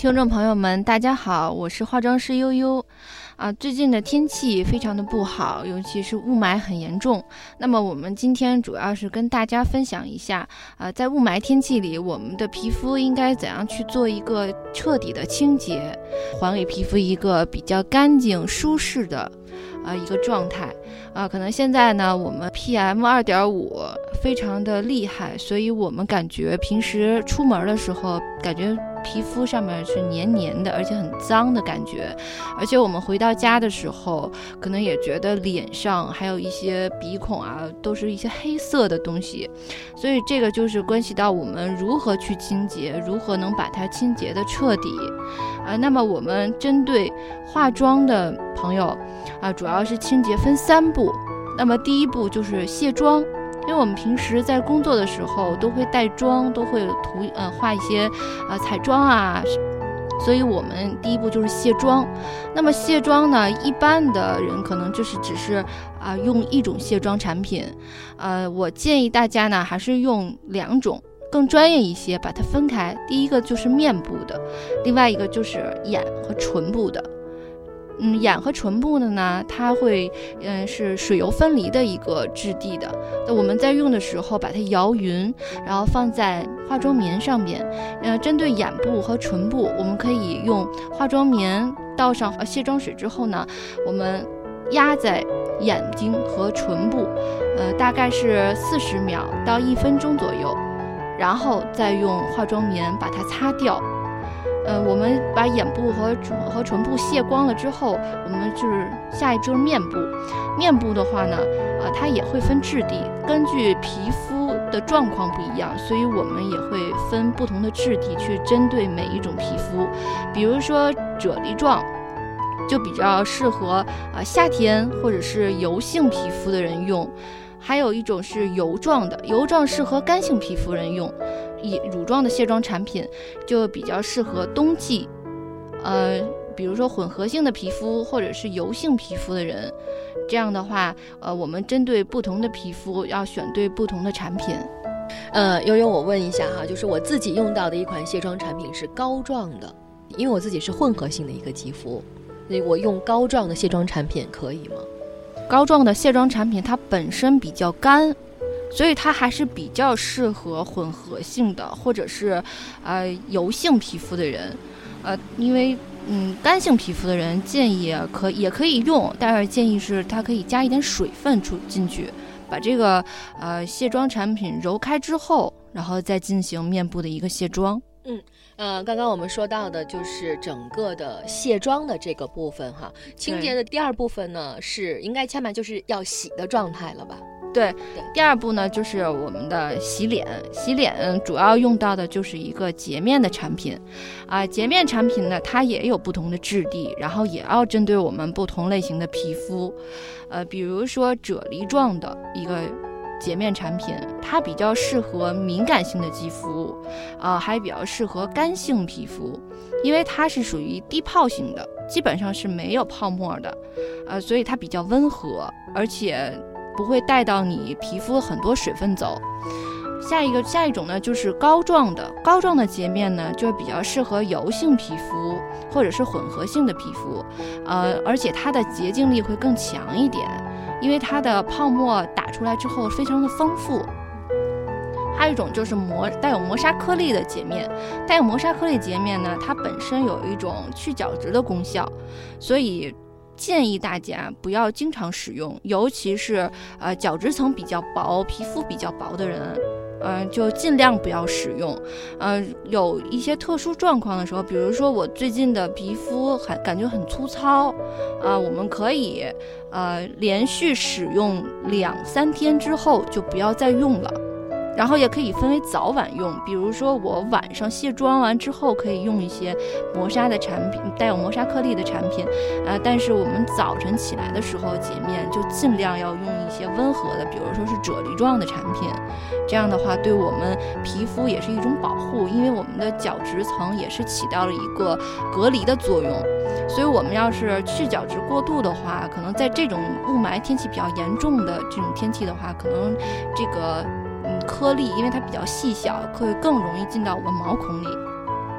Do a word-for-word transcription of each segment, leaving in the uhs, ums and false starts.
听众朋友们大家好，我是化妆师悠悠啊。最近的天气非常的不好，尤其是雾霾很严重。那么我们今天主要是跟大家分享一下啊，在雾霾天气里，我们的皮肤应该怎样去做一个彻底的清洁，还给皮肤一个比较干净舒适的啊一个状态啊。可能现在呢，我们 P M 二点五 非常的厉害，所以我们感觉平时出门的时候，感觉皮肤上面是黏黏的，而且很脏的感觉。而且我们回到家的时候，可能也觉得脸上还有一些鼻孔啊，都是一些黑色的东西。所以这个就是关系到我们如何去清洁，如何能把它清洁的彻底啊。那么我们针对化妆的朋友啊，主要是清洁分三步。那么第一步就是卸妆，因为我们平时在工作的时候都会带妆，都会涂呃画一些呃彩妆啊，所以我们第一步就是卸妆。那么卸妆呢，一般的人可能就是只是啊、呃、用一种卸妆产品，呃，我建议大家呢还是用两种，更专业一些，把它分开。第一个就是面部的，另外一个就是眼和唇部的。嗯，眼和唇部的呢，它会嗯是水油分离的一个质地的。那我们在用的时候，把它摇匀，然后放在化妆棉上面。呃，针对眼部和唇部，我们可以用化妆棉倒上卸妆水之后呢，我们压在眼睛和唇部，呃，大概是四十秒到一分钟左右，然后再用化妆棉把它擦掉。呃，我们把眼部和和唇部卸光了之后，我们就是下一就是面部。面部的话呢，呃，它也会分质地，根据皮肤的状况不一样，所以我们也会分不同的质地去针对每一种皮肤。比如说啫喱状，就比较适合呃夏天或者是油性皮肤的人用。还有一种是油状的，油状适合干性皮肤人用。以乳状的卸妆产品就比较适合冬季，呃，比如说混合性的皮肤或者是油性皮肤的人。这样的话，呃，我们针对不同的皮肤要选对不同的产品。 呃，悠悠，我问一下哈，就是我自己用到的一款卸妆产品是膏状的，因为我自己是混合性的一个肌肤，所以我用膏状的卸妆产品可以吗？ 膏状的卸妆产品它本身比较干，所以它还是比较适合混合性的或者是呃油性皮肤的人。呃，因为嗯干性皮肤的人建议可也可以用，但是建议是它可以加一点水分出进去，把这个呃卸妆产品揉开之后，然后再进行面部的一个卸妆。 嗯，呃，刚刚我们说到的就是整个的卸妆的这个部分哈，清洁的第二部分呢是应该千万就是要洗的状态了吧？ 对，第二步呢就是我们的洗脸。洗脸主要用到的就是一个洁面的产品啊，洁面产品呢它也有不同的质地，然后也要针对我们不同类型的皮肤。呃，比如说啫喱状的一个洁面产品，它比较适合敏感性的肌肤啊，还比较适合干性皮肤，因为它是属于低泡型的，基本上是没有泡沫的，呃，所以它比较温和，而且不会带到你皮肤很多水分走。下一个下一种呢就是膏状的，膏状的洁面呢就比较适合油性皮肤或者是混合性的皮肤，呃，而且它的洁净力会更强一点，因为它的泡沫打出来之后非常的丰富。还有一种就是磨带有磨砂颗粒的洁面，带有磨砂颗粒洁面呢，它本身有一种去角质的功效，所以建议大家不要经常使用，尤其是呃角质层比较薄、皮肤比较薄的人，嗯、呃，就尽量不要使用。呃，有一些特殊状况的时候，比如说我最近的皮肤很感觉很粗糙，啊、呃，我们可以呃连续使用两三天之后就不要再用了。然后也可以分为早晚用，比如说我晚上卸妆完之后可以用一些磨砂的产品，带有磨砂颗粒的产品，呃，但是我们早晨起来的时候洁面就尽量要用一些温和的，比如说是啫喱状的产品，这样的话对我们皮肤也是一种保护，因为我们的角质层也是起到了一个隔离的作用，所以我们要是去角质过度的话，可能在这种雾霾天气比较严重的这种天气的话，可能这个嗯，颗粒因为它比较细小，会更容易进到我们毛孔里。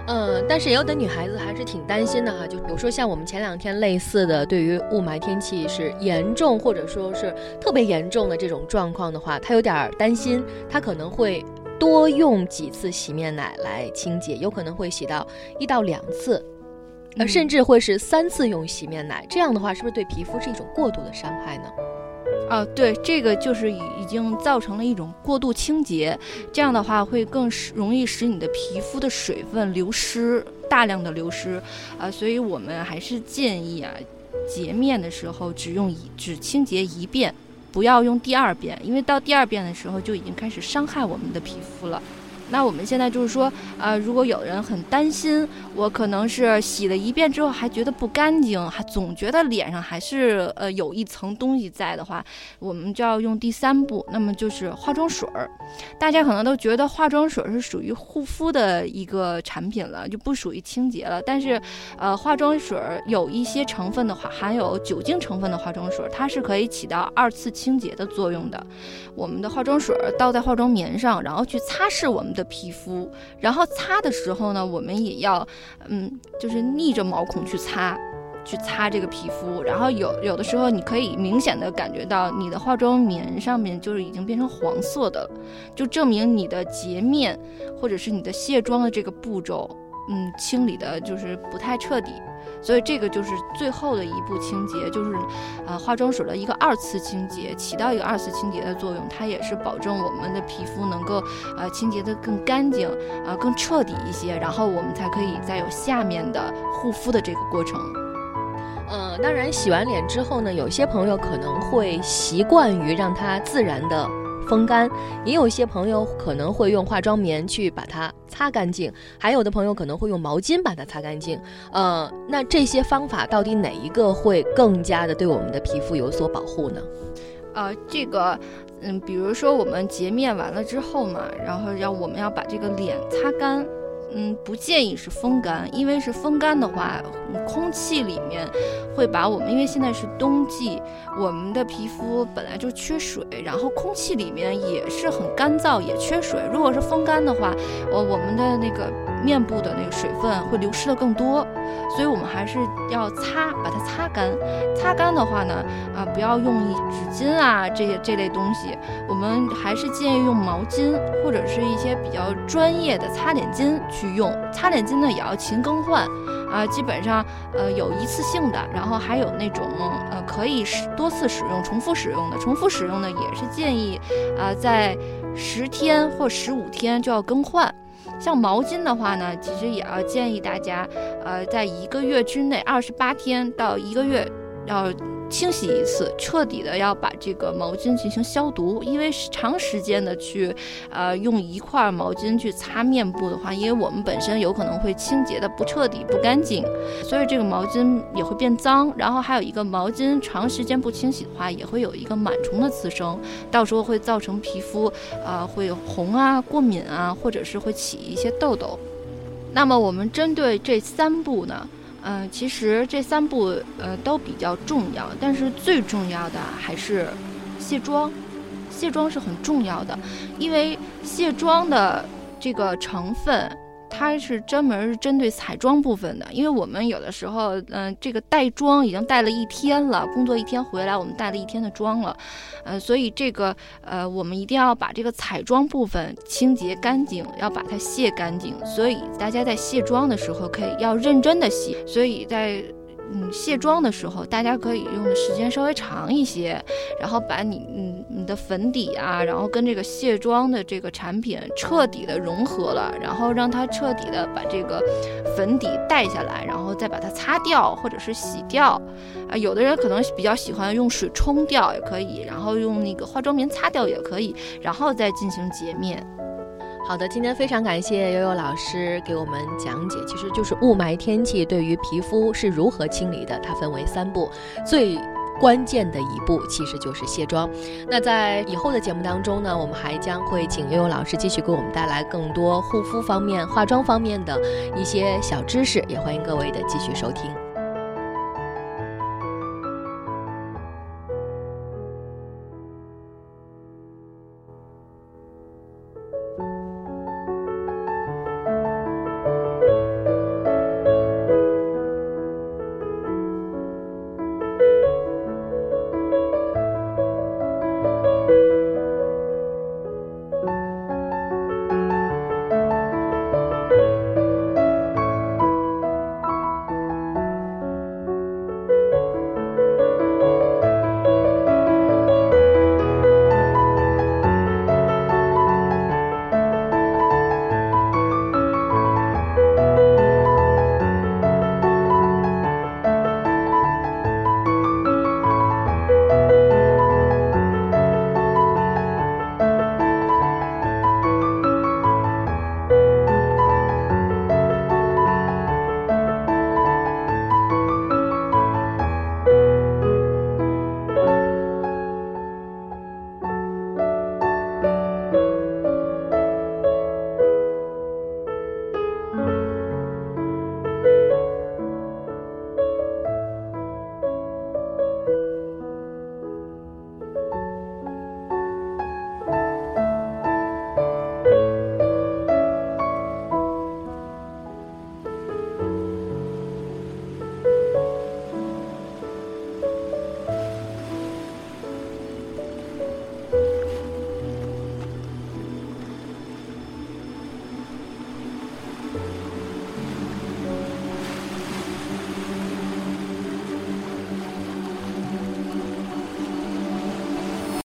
嗯，但是也有的女孩子还是挺担心的哈，就比如说像我们前两天类似的，对于雾霾天气是严重或者说是特别严重的这种状况的话，她有点担心，她可能会多用几次洗面奶来清洁，有可能会洗到一到两次，呃，甚至会是三次用洗面奶，这样的话是不是对皮肤是一种过度的伤害呢？ 啊，对，这个就是已已经造成了一种过度清洁，这样的话会更容易使你的皮肤的水分流失，大量的流失，啊，所以我们还是建议啊，洁面的时候只用一只清洁一遍，不要用第二遍，因为到第二遍的时候就已经开始伤害我们的皮肤了。那我们现在就是说，呃，如果有人很担心，我可能是洗了一遍之后还觉得不干净，还总觉得脸上还是呃有一层东西在的话，我们就要用第三步，那么就是化妆水儿。大家可能都觉得化妆水是属于护肤的一个产品了，就不属于清洁了。但是，呃，化妆水有一些成分的话，含有酒精成分的化妆水，它是可以起到二次清洁的作用的。我们的化妆水倒在化妆棉上，然后去擦拭我们的皮肤，然后擦的时候呢，我们也要，嗯，就是逆着毛孔去擦。去擦这个皮肤，然后有有的时候你可以明显的感觉到你的化妆棉上面就是已经变成黄色的了，就证明你的洁面或者是你的卸妆的这个步骤，嗯，清理的就是不太彻底，所以这个就是最后的一步清洁，就是呃化妆水的一个二次清洁，起到一个二次清洁的作用，它也是保证我们的皮肤能够呃清洁的更干净，呃更彻底一些，然后我们才可以再有下面的护肤的这个过程。 呃，当然洗完脸之后呢，有些朋友可能会习惯于让它自然的风干，也有一些朋友可能会用化妆棉去把它擦干净，还有的朋友可能会用毛巾把它擦干净。呃，那这些方法到底哪一个会更加的对我们的皮肤有所保护呢？ 呃，这个，嗯，比如说我们洁面完了之后嘛，然后要我们要把这个脸擦干。嗯，不建议是风干，因为是风干的话，空气里面会把我们，因为现在是冬季，我们的皮肤本来就缺水，然后空气里面也是很干燥，也缺水。如果是风干的话，我我们的那个面部的那个水分会流失的更多，所以我们还是要擦，把它擦干。擦干的话呢，啊，不要用纸巾啊这些这类东西，我们还是建议用毛巾或者是一些比较专业的擦脸巾去用。擦脸巾呢也要勤更换啊，基本上呃有一次性的，然后还有那种呃可以多次使用、重复使用的。重复使用的也是建议啊、呃、在十天或十五天就要更换。像毛巾的话呢，其实也要建议大家，呃，在一个月之内，二十八天到一个月要清洗一次，彻底的要把这个毛巾进行消毒。因为长时间的去，呃，用一块毛巾去擦面部的话，因为我们本身有可能会清洁的不彻底、不干净，所以这个毛巾也会变脏。然后还有一个毛巾长时间不清洗的话，也会有一个螨虫的滋生，到时候会造成皮肤，呃，会红啊、过敏啊，或者是会起一些痘痘。那么我们针对这三步呢？呃，其实这三步呃都比较重要，但是最重要的还是卸妆。卸妆是很重要的，因为卸妆的这个成分，它是专门是针对彩妆部分的。因为我们有的时候，嗯、呃，这个带妆已经带了一天了，工作一天回来，我们带了一天的妆了，呃，所以这个呃，我们一定要把这个彩妆部分清洁干净，要把它卸干净。所以大家在卸妆的时候，可以要认真的卸。所以在嗯，卸妆的时候，大家可以用的时间稍微长一些，然后把你嗯你的粉底啊，然后跟这个卸妆的这个产品彻底的融合了，然后让它彻底的把这个粉底带下来，然后再把它擦掉或者是洗掉。啊、呃，有的人可能比较喜欢用水冲掉也可以，然后用那个化妆棉擦掉也可以，然后再进行洁面。 好的，今天非常感谢悠悠老师给我们讲解，其实就是雾霾天气对于皮肤是如何清理的，它分为三步，最关键的一步其实就是卸妆。那在以后的节目当中呢，我们还将会请悠悠老师继续给我们带来更多护肤方面、化妆方面的一些小知识，也欢迎各位的继续收听。